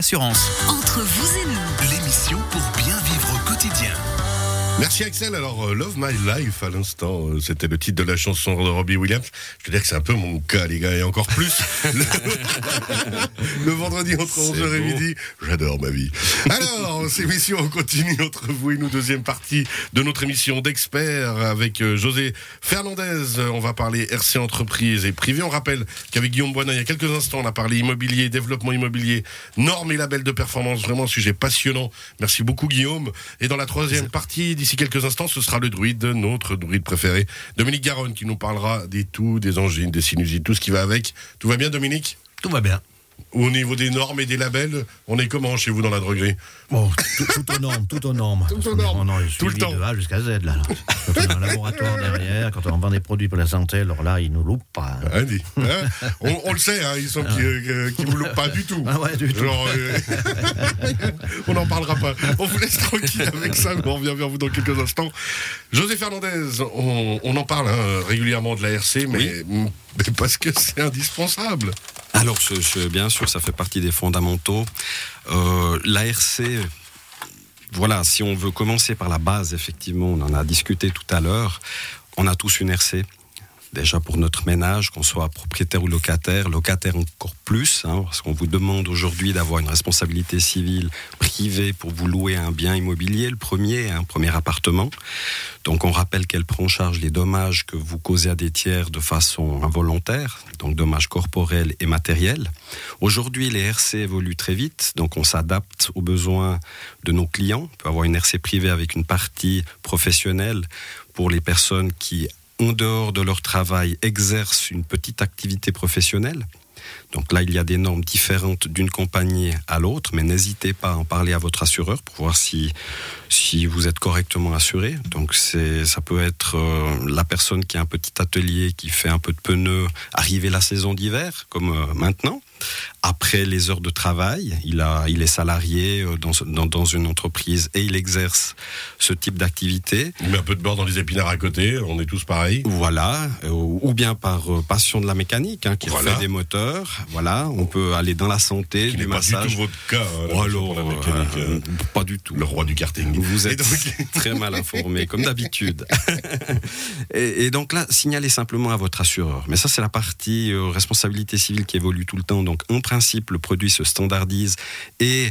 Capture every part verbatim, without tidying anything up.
Assurance. Entre vous et nous, L'émission pour bien vivre au quotidien. Merci Axel. Alors euh, Love My Life à l'instant, euh, c'était le titre de la chanson de Robbie Williams. Je veux dire que c'est un peu mon cas les gars, et encore plus le, le vendredi entre onze heures et midi. J'adore ma vie. Alors, cette émission on continue entre vous et nous, deuxième partie de notre émission d'experts avec euh, José Fernandez. On va parler R C entreprise et privé. On rappelle qu'avec Guillaume Boisnin, il y a quelques instants, on a parlé immobilier, développement immobilier, normes et labels de performance. Vraiment un sujet passionnant. Merci beaucoup Guillaume. Et dans la troisième partie, d'ici quelques instants, ce sera le druide, notre druide préféré, Dominique Garonne, qui nous parlera des toux, des angines, des sinusites, tout ce qui va avec. Tout va bien, Dominique ? Tout va bien. Au niveau des normes et des labels, on est comment chez vous dans la droguerie ? Bon, tout, tout aux normes, tout aux normes. Tout aux normes. On est Tout le suivi temps. de A jusqu'à Z, là. Quand on a un laboratoire derrière, quand on vend des produits pour la santé, alors là, ils nous loupent pas. Hein, dit. Hein, on, on le sait, hein, ils sont qui, euh, qui vous loupent pas du tout. Ah ouais, du tout. Genre, euh, on n'en parlera pas. On vous laisse tranquille avec ça. On revient vers vous dans quelques instants. José Fernandez, on, on en parle hein, régulièrement de la R C, mais, mais parce que c'est indispensable. Alors, je, je, bien sûr, ça fait partie des fondamentaux. Euh, la R C, voilà, si on veut commencer par la base, effectivement, on en a discuté tout à l'heure, on a tous une R C. Déjà pour notre ménage, qu'on soit propriétaire ou locataire, locataire encore plus, hein, parce qu'on vous demande aujourd'hui d'avoir une responsabilité civile privée pour vous louer un bien immobilier, le premier, un premier appartement. Donc on rappelle qu'elle prend en charge les dommages que vous causez à des tiers de façon involontaire, donc dommages corporels et matériels. Aujourd'hui, les R C évoluent très vite, donc on s'adapte aux besoins de nos clients. On peut avoir une R C privée avec une partie professionnelle pour les personnes qui en dehors de leur travail, exercent une petite activité professionnelle. Donc là, il y a des normes différentes d'une compagnie à l'autre, mais n'hésitez pas à en parler à votre assureur pour voir si, si vous êtes correctement assuré. Donc c'est, ça peut être euh, la personne qui a un petit atelier, qui fait un peu de pneus, arriver la saison d'hiver, comme euh, maintenant. Après les heures de travail, il, a, il est salarié dans, dans, dans une entreprise et il exerce ce type d'activité. Il met un peu de beurre dans les épinards à côté, on est tous pareils. Voilà, euh, ou bien par euh, passion de la mécanique, hein, qui Voilà. fait des moteurs. Voilà, on peut aller dans la santé, Qui du n'est pas du massage. tout votre cas, hein, la Oh, passion pour la alors, mécanique, euh, euh, pas du tout. le roi du karting. Vous Et êtes donc- très mal informé, comme d'habitude. et, et donc là, signalez simplement à votre assureur. Mais ça, c'est la partie euh, responsabilité civile qui évolue tout le temps. Donc, en principe, le produit se standardise et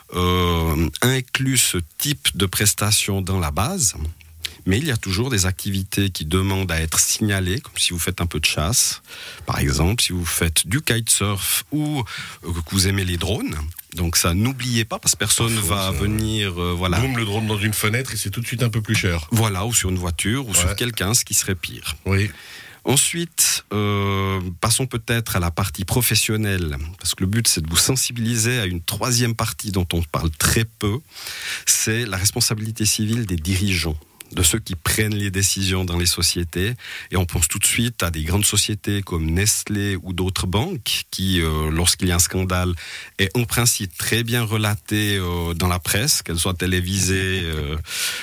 euh, inclut ce type de prestation dans la base. Mais il y a toujours des activités qui demandent à être signalées, comme si vous faites un peu de chasse, par exemple, si vous faites du kitesurf ou euh, que vous aimez les drones. Donc ça, n'oubliez pas, parce que personne Pas faux, va ça. venir, euh, voilà, Boum, le drone dans une fenêtre et c'est tout de suite un peu plus cher. voilà, ou sur une voiture, ou Ouais. sur quelqu'un, ce qui serait pire. Oui. Ensuite, euh, passons peut-être à la partie professionnelle, parce que le but, c'est de vous sensibiliser à une troisième partie dont on parle très peu, c'est la responsabilité civile des dirigeants, de ceux qui prennent les décisions dans les sociétés. Et on pense tout de suite à des grandes sociétés comme Nestlé ou d'autres banques qui, euh, lorsqu'il y a un scandale, est en principe très bien relaté euh, dans la presse, qu'elle soit télévisée, euh,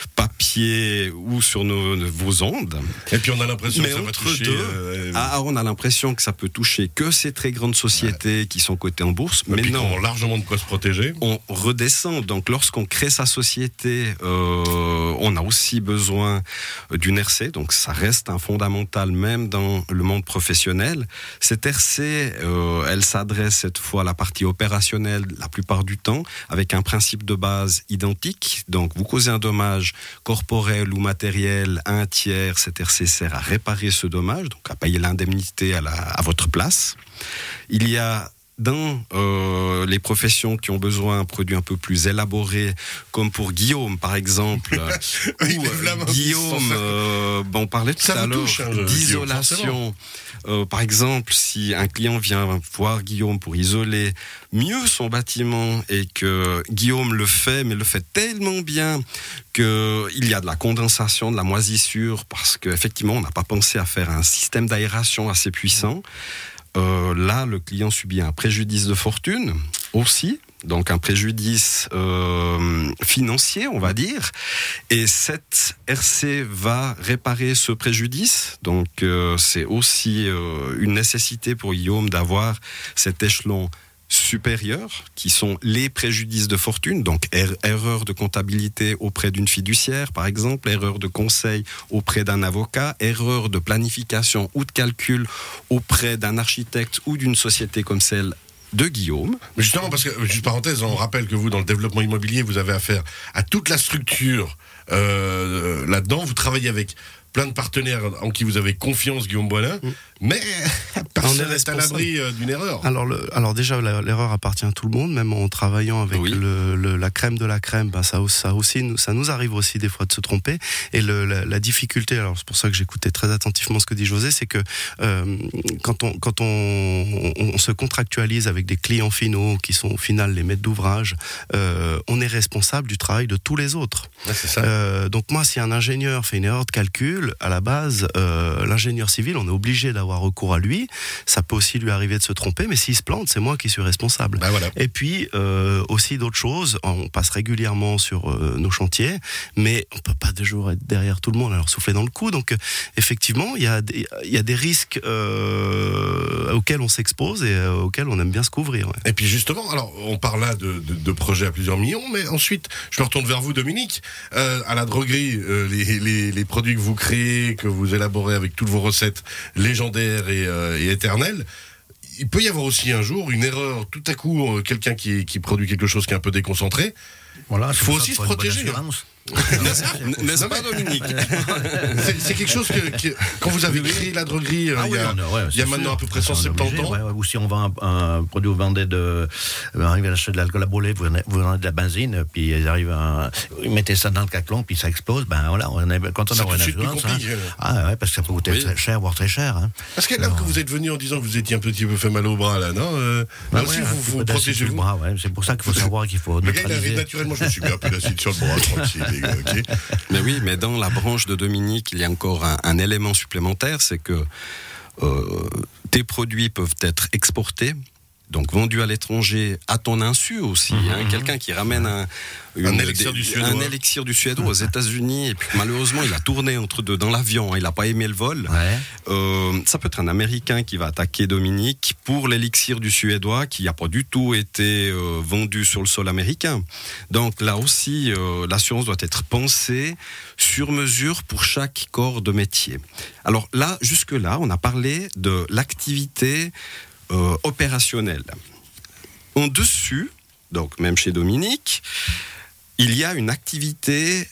papier ou sur nos, vos ondes. Et puis on a l'impression Mais que ça va entre toucher... deux, euh, Ah, on a l'impression que ça peut toucher que ces très grandes sociétés qui sont cotées en bourse. et Mais puis non, qu'on a largement de quoi se protéger. on redescend. Donc, lorsqu'on crée sa société, euh, on a aussi besoin d'une R C. Donc, ça reste un fondamental même dans le monde professionnel. Cette R C, euh, elle s'adresse cette fois à la partie opérationnelle la plupart du temps, avec un principe de base identique. Donc, vous causez un dommage corporel ou matériel à un tiers, cette R C sert à réparer ce dommage, donc à payer l'indemnité à, la, à votre place. Il y a dans euh, les professions qui ont besoin d'un produit un peu plus élaboré, comme pour Guillaume par exemple, Il ou lève la main. Guillaume, euh, bon, on parlait tout Ça à vous l'heure touche, hein, Guillaume, d'isolation. Euh, par exemple, si un client vient voir Guillaume pour isoler mieux son bâtiment et que Guillaume le fait, mais le fait tellement bien qu'il y a de la condensation, de la moisissure, parce qu'effectivement, on n'a pas pensé à faire un système d'aération assez puissant. Euh, là, le client subit un préjudice de fortune aussi, donc un préjudice euh, financier, on va dire. Et cette R C va réparer ce préjudice. Donc, euh, c'est aussi euh, une nécessité pour Guillaume d'avoir cet échelon supérieurs, qui sont les préjudices de fortune, donc er- erreur de comptabilité auprès d'une fiduciaire, par exemple, erreur de conseil auprès d'un avocat, erreur de planification ou de calcul auprès d'un architecte ou d'une société comme celle de Guillaume. Mais justement, parce que, juste parenthèse, on rappelle que vous, dans le développement immobilier, vous avez affaire à toute la structure euh, là-dedans. Vous travaillez avec plein de partenaires en qui vous avez confiance, Guillaume Boilin, mmh. mais personne n'est à l'abri euh, d'une erreur. Alors, le, alors déjà, la, l'erreur appartient à tout le monde, même en travaillant avec oui. le, le, la crème de la crème, ben ça, ça, aussi, ça nous arrive aussi des fois de se tromper. Et le, la, la difficulté, alors c'est pour ça que j'écoutais très attentivement ce que dit José, c'est que euh, quand, on, quand on, on, on se contractualise avec des clients finaux, qui sont au final les maîtres d'ouvrage, euh, on est responsable du travail de tous les autres. Ouais, c'est ça. Euh, donc moi, si un ingénieur fait une erreur de calcul, à la base, euh, l'ingénieur civil, on est obligé d'avoir recours à lui. Ça peut aussi lui arriver de se tromper, mais s'il se plante, c'est moi qui suis responsable. Ben voilà. Et puis, euh, aussi d'autres choses, on passe régulièrement sur euh, nos chantiers, mais on peut pas toujours être derrière tout le monde, alors souffler dans le cou. Donc, effectivement, il y a des, il y a des risques euh, auxquels on s'expose et euh, auxquels on aime bien se couvrir. Ouais. Et puis justement, alors on parle là de, de, de projets à plusieurs millions, mais ensuite, je me retourne vers vous, Dominique. Euh, à la droguerie, euh, les, les, les produits que vous créez, que vous élaborez avec toutes vos recettes légendaires et, euh, et éternelles, il peut y avoir aussi un jour une erreur, tout à coup, euh, quelqu'un qui, qui produit quelque chose qui est un peu déconcentré. Voilà, il faut aussi se protéger. N'est-ce pas, Dominique? c'est, c'est quelque chose que, que quand vous avez créé la droguerie, euh, ah il y a, oui, ouais, il y a maintenant à peu près cent soixante-dix ans. Ouais, ouais, ou si on vend un, un produit, vous vendez de, vous arrivez à acheter de l'alcool à brûler, vous, vous vendez de la benzine, puis ils arrivent à, vous mettez ça dans le caclon, puis ça explose, ben voilà, on est, quand on a une assurance, hein, ah ouais, parce que ça peut coûter oui. très cher, voire très cher. Hein. Parce que là, alors, que vous êtes venu en disant que vous étiez un petit peu fait mal au bras, là, non euh, bah là aussi, ouais, vous vous protégez le bras, ouais, c'est pour ça qu'il faut savoir qu'il faut neutraliser. Naturellement, je me suis mis un peu d'acide sur le bras, tranquille, les gars, ok. Mais oui, mais dans la branche de Dominique, il y a encore un, un élément supplémentaire, c'est que euh, tes produits peuvent être exportés, donc vendus à l'étranger à ton insu aussi. Mmh, hein, mmh. Quelqu'un qui ramène un, une, un élixir du suédois, un élixir du suédois aux États-Unis, et puis malheureusement il a tourné entre deux dans l'avion, il n'a pas aimé le vol. Ouais. Euh, ça peut être un Américain qui va attaquer Dominique pour l'élixir du suédois qui n'a pas du tout été euh, vendu sur le sol américain. Donc là aussi, euh, l'assurance doit être pensée sur mesure pour chaque corps de métier. Alors là, jusque-là, on a parlé de l'activité Euh, opérationnel. En dessus, donc même chez Dominique, il y a une activité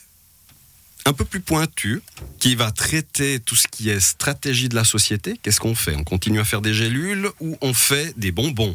un peu plus pointue qui va traiter tout ce qui est stratégie de la société. Qu'est-ce qu'on fait? On continue à faire des gélules ou on fait des bonbons?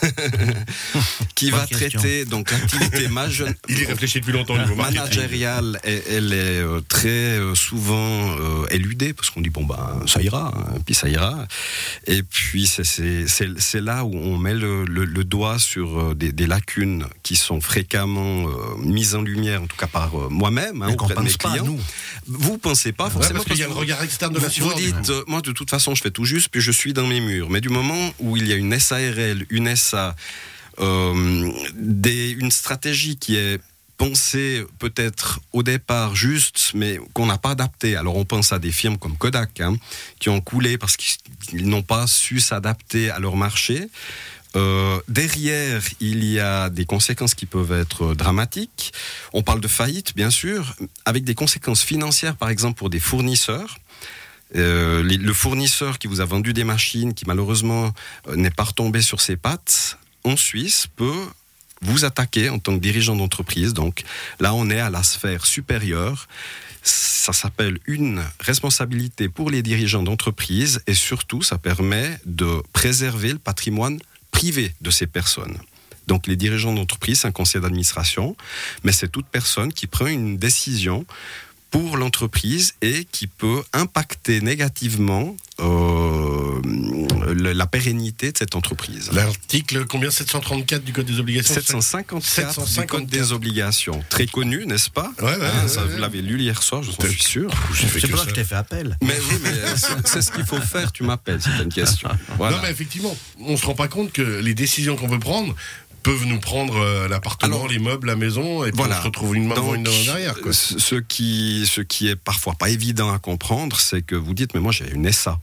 qui va traiter donc l'activité majeure. Il y réfléchit depuis longtemps. Managériale, elle, elle est euh, très euh, souvent euh, éludée parce qu'on dit bon bah ça ira, hein, puis ça ira. Et puis c'est c'est c'est, c'est là où on met le, le, le doigt sur euh, des, des lacunes qui sont fréquemment euh, mises en lumière, en tout cas par euh, moi-même hein, auprès de mes clients. Nous. Vous pensez pas forcément ouais, parce qu'il y a le regard externe de l'assurance. Vous dites euh, moi de toute façon je fais tout juste puis je suis dans mes murs. Mais du moment où il y a une S A R L, une S a euh, des, une stratégie qui est pensée peut-être au départ juste, mais qu'on n'a pas adaptée. Alors on pense à des firmes comme Kodak, hein, qui ont coulé parce qu'ils n'ont pas su s'adapter à leur marché. Euh, derrière, il y a des conséquences qui peuvent être dramatiques. On parle de faillite, bien sûr, avec des conséquences financières, par exemple pour des fournisseurs. Euh, les, le fournisseur qui vous a vendu des machines, qui malheureusement euh, n'est pas retombé sur ses pattes, en Suisse, peut vous attaquer en tant que dirigeant d'entreprise. Donc là, on est à la sphère supérieure. Ça s'appelle une responsabilité pour les dirigeants d'entreprise et surtout, ça permet de préserver le patrimoine privé de ces personnes. Donc les dirigeants d'entreprise, c'est un conseil d'administration, mais c'est toute personne qui prend une décision pour l'entreprise et qui peut impacter négativement euh, la pérennité de cette entreprise. L'article combien sept cent trente-quatre du Code des obligations sept cent cinquante-quatre du Code des obligations. Très connu, n'est-ce pas? Ouais, ouais, hein, ouais, ça, ouais. Vous l'avez lu hier soir, je suis sûr. C'est pour ça que je t'ai fait appel. Mais oui, mais c'est, c'est ce qu'il faut faire, tu m'appelles, c'est une question. Voilà. Non, mais effectivement, on ne se rend pas compte que les décisions qu'on veut prendre peuvent nous prendre euh, l'appartement, alors, les meubles, la maison, et puis voilà. On se retrouve une main devant une main derrière. Quoi. Ce qui, ce qui est parfois pas évident à comprendre, c'est que vous dites, mais moi j'ai une S A.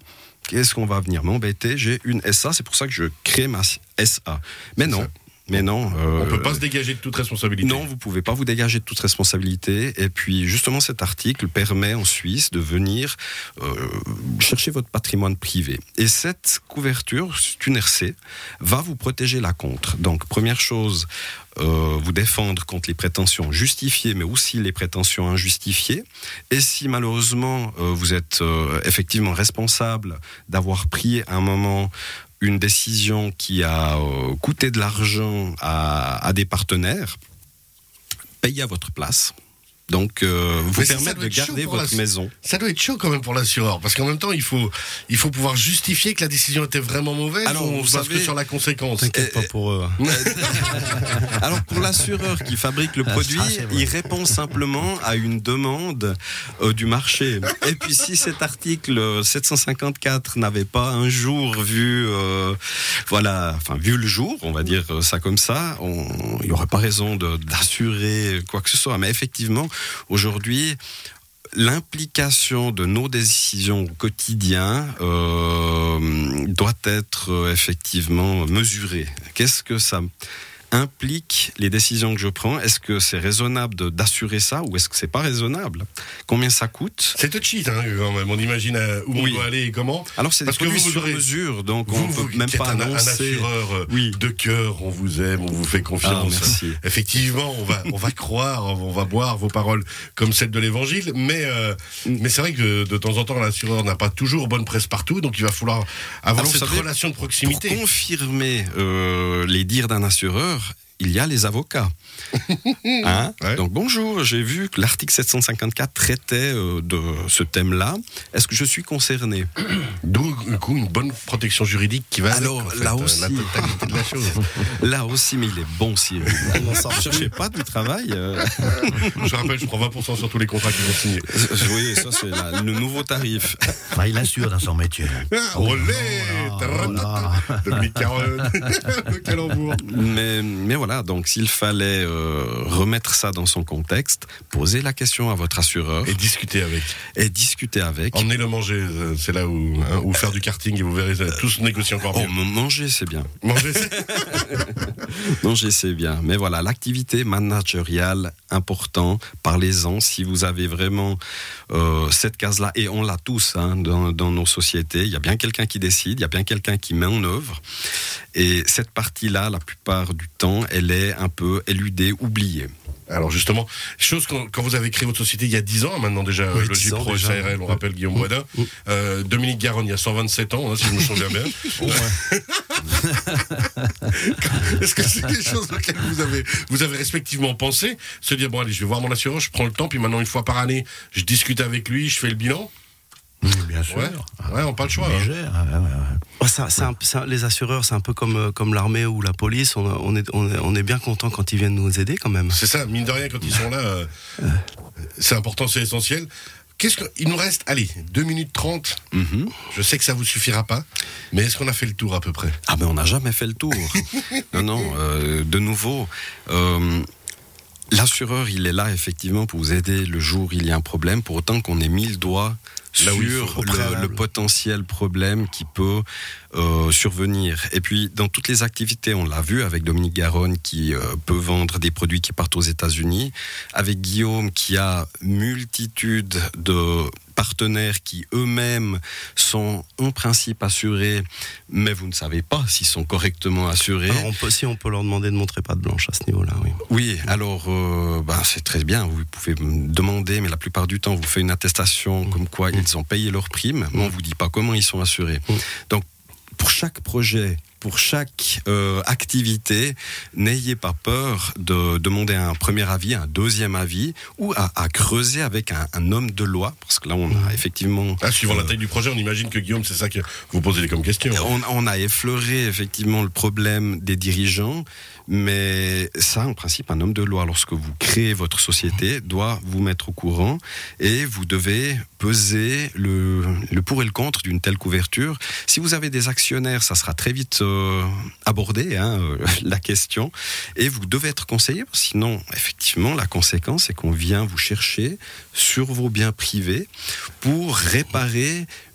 qu'est-ce qu'on va venir m'embêter? J'ai une S A, c'est pour ça que je crée ma S A. Mais non. Mais non. Euh, on ne peut pas se dégager de toute responsabilité. Non, vous ne pouvez pas vous dégager de toute responsabilité. Et puis, justement, cet article permet en Suisse de venir euh, chercher votre patrimoine privé. Et cette couverture, c'est une R C, va vous protéger là contre. Donc, première chose, euh, vous défendre contre les prétentions justifiées, mais aussi les prétentions injustifiées. Et si, malheureusement, euh, vous êtes euh, effectivement responsable d'avoir pris à un moment une décision qui a euh, coûté de l'argent à, à des partenaires, payez à votre place. Donc, euh, vous Mais permettre de garder votre la... maison. Ça doit être chaud quand même pour l'assureur, parce qu'en même temps, il faut, il faut pouvoir justifier que la décision était vraiment mauvaise. Alors, ou on se base que sur la conséquence. T'inquiète pas pour eux. Alors, pour l'assureur qui fabrique le produit, il répond simplement à une demande euh, du marché. Et puis, si cet article sept cent cinquante-quatre n'avait pas un jour vu, euh, voilà, enfin vu le jour, on va dire ça comme ça, on, il n'y aurait pas raison de, d'assurer quoi que ce soit. Mais effectivement, aujourd'hui, l'implication de nos décisions au quotidien euh, doit être euh, effectivement mesurée. Qu'est-ce que ça implique les décisions que je prends? Est-ce que c'est raisonnable de, d'assurer ça ou est-ce que c'est pas raisonnable? Combien ça coûte? C'est touchy, hein, quand même. On imagine où oui. on doit aller et comment. Alors c'est parce des produits sur aurez... mesure, donc vous, on vous, peut même pas un, annoncer. Un assureur oui. de cœur, on vous aime, on vous fait confiance. Ah, merci. Effectivement, on va, on va croire, on va boire vos paroles comme celles de l'Évangile, mais euh, mais c'est vrai que de temps en temps, l'assureur n'a pas toujours bonne presse partout, donc il va falloir avoir Alors, cette savez, relation de proximité. Pour confirmer euh, les dires d'un assureur, il y a les avocats. Hein ouais. Donc bonjour, j'ai vu que l'article sept cent cinquante-quatre traitait euh, de ce thème-là. Est-ce que je suis concerné? D'où du coup une bonne protection juridique qui va Alors avec, en là fait, aussi, la totalité de la chose. Là aussi, mais il est bon, Cyril. Ne cherchez pas du travail. Euh... Je rappelle, je prends vingt pour cent sur tous les contrats qui vont signer. Oui, ça c'est la, le nouveau tarif. Bah, il assure dans son métier. Olé, Dominique Caron, le calembour. Mais, mais voilà, donc s'il fallait euh, remettre ça dans son contexte, poser la question à votre assureur. Et discuter avec. Et discuter avec. Emmenez-le manger, c'est là où, hein, ou faire du karting et vous verrez tous négocier encore mieux. Oh, manger c'est bien. Manger c'est... manger c'est bien. Mais voilà, l'activité managériale, important, parlez-en. Si vous avez vraiment euh, cette case-là, et on l'a tous hein, dans, dans nos sociétés, il y a bien quelqu'un qui décide, il y a bien quelqu'un qui met en œuvre. Et cette partie-là, la plupart du temps, elle est un peu éludée, oubliée. Alors justement, chose quand, quand vous avez créé votre société il y a dix ans, maintenant déjà, oui, Logis Pro S A R L, on rappelle Guillaume Boisdin, mmh. euh, Dominique Garonne il y a cent vingt-sept ans, hein, si je me souviens bien. Est-ce que c'est quelque chose auquel vous avez, vous avez respectivement pensé? Se dire, bon allez, je vais voir mon assureur, je prends le temps, puis maintenant une fois par année, je discute avec lui, je fais le bilan? Oui, bien sûr. Ouais, ouais on n'a pas le choix. Hein. Gère, ouais, ouais, ouais. Ça, c'est un, c'est un, les assureurs, c'est un peu comme, comme l'armée ou la police. On, on, est, on, est, on est bien content quand ils viennent nous aider quand même. C'est ça, mine de rien, quand ils sont là, euh, c'est important, c'est essentiel. Qu'est-ce que, il nous reste, allez, deux minutes trente. Mm-hmm. Je sais que ça vous suffira pas, mais est-ce qu'on a fait le tour à peu près? Ah ben on n'a jamais fait le tour. non, non, euh, de nouveau... Euh, l'assureur, il est là effectivement pour vous aider le jour où il y a un problème, pour autant qu'on ait mis le doigt sur le, le potentiel problème qui peut euh, survenir. Et puis, dans toutes les activités, on l'a vu avec Dominique Garonne qui euh, peut vendre des produits qui partent aux États-Unis, avec Guillaume qui a multitude de partenaires qui eux-mêmes sont en principe assurés, mais vous ne savez pas s'ils sont correctement assurés. Alors on peut, si on peut leur demander de montrer patte blanche à ce niveau-là, oui. Oui, alors euh, ben, c'est très bien, vous pouvez me demander, mais la plupart du temps, on vous fait une attestation mmh. comme quoi mmh. ils ont payé leur prime, mais on ne vous dit pas comment ils sont assurés. Mmh. Donc, pour chaque projet, pour chaque euh, activité, n'ayez pas peur de demander un premier avis, un deuxième avis, ou à, à creuser avec un, un homme de loi, parce que là, on a effectivement... Ah, suivant euh, la taille du projet, on imagine que Guillaume, c'est ça que vous posez comme question. On, on a effleuré effectivement le problème des dirigeants, mais ça, en principe, un homme de loi, lorsque vous créez votre société, doit vous mettre au courant et vous devez peser le, le pour et le contre d'une telle couverture. Si vous avez des actionnaires, ça sera très vite euh, abordé, hein, euh, la question, et vous devez être conseillé, sinon, effectivement, la conséquence, c'est qu'on vient vous chercher sur vos biens privés pour réparer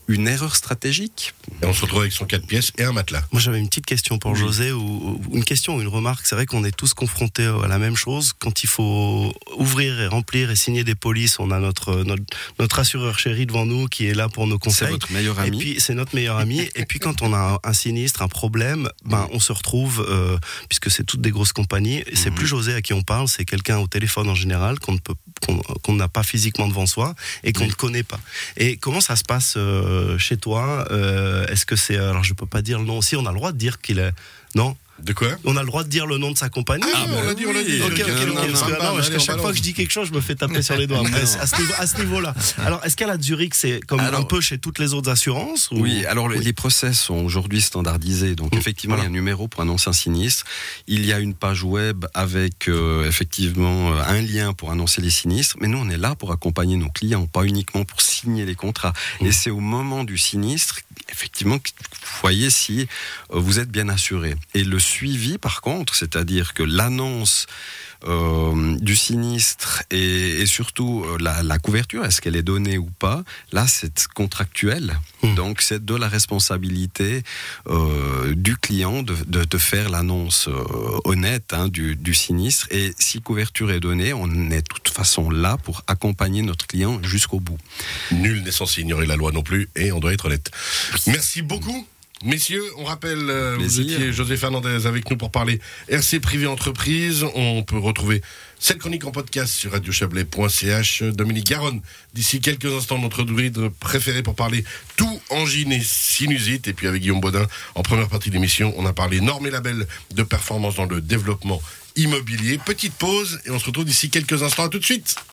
une erreur stratégique. Et on se retrouve avec son quatre pièces et un matelas. Moi, j'avais une petite question pour oui. José, ou, ou une question ou une remarque. C'est vrai qu'on est tous confrontés à la même chose. Quand il faut ouvrir et remplir et signer des polices, on a notre, notre, notre assureur chéri devant nous qui est là pour nos conseils. C'est votre meilleur ami. Et puis, c'est notre meilleur ami. Et puis, quand on a un, un sinistre, un problème, ben, on se retrouve, euh, puisque c'est toutes des grosses compagnies, et c'est mmh. plus José à qui on parle, c'est quelqu'un au téléphone en général qu'on ne peut, qu'on, qu'on n'a pas physiquement devant soi et qu'on oui. ne connaît pas. Et comment ça se passe euh, chez toi? euh, Est-ce que c'est... Alors, je peux pas dire le nom aussi, on a le droit de dire qu'il est... Non? De quoi? On a le droit de dire le nom de sa compagnie. Ah, bah, on l'a dit, on l'a dit. Ok, ok, ok. Parce que, non, parce qu'à chaque fois que je dis quelque chose, je me fais taper sur les doigts. Après, à ce niveau, à ce niveau-là. Alors, est-ce qu'à la Zurich, c'est comme alors, un peu chez toutes les autres assurances ou... Oui, alors oui. les process sont aujourd'hui standardisés. Donc, mmh, effectivement, voilà. il y a un numéro pour annoncer un sinistre. Il y a une page web avec, euh, effectivement, un lien pour annoncer les sinistres. Mais nous, on est là pour accompagner nos clients, pas uniquement pour signer les contrats. Mmh. Et c'est au moment du sinistre, effectivement, que vous voyez si vous êtes bien assuré. Et le suivi, par contre, c'est-à-dire que l'annonce euh, du sinistre et, et surtout euh, la, la couverture, est-ce qu'elle est donnée ou pas, là c'est contractuel. Mmh. Donc c'est de la responsabilité euh, du client de, de, de faire l'annonce euh, honnête hein, du, du sinistre. Et si couverture est donnée, on est de toute façon là pour accompagner notre client jusqu'au bout. Nul n'est censé ignorer la loi non plus et on doit être honnête. Merci beaucoup. Messieurs, on rappelle, euh, vous étiez José Fernandez avec nous pour parler R C Privé Entreprise. On peut retrouver cette chronique en podcast sur radio chablais point c h. Dominique Garonne, d'ici quelques instants, notre druide préféré pour parler tout angine et sinusite. Et puis avec Guillaume Baudin, en première partie de l'émission, on a parlé normes et labels de performance dans le développement immobilier. Petite pause et on se retrouve d'ici quelques instants. À tout de suite.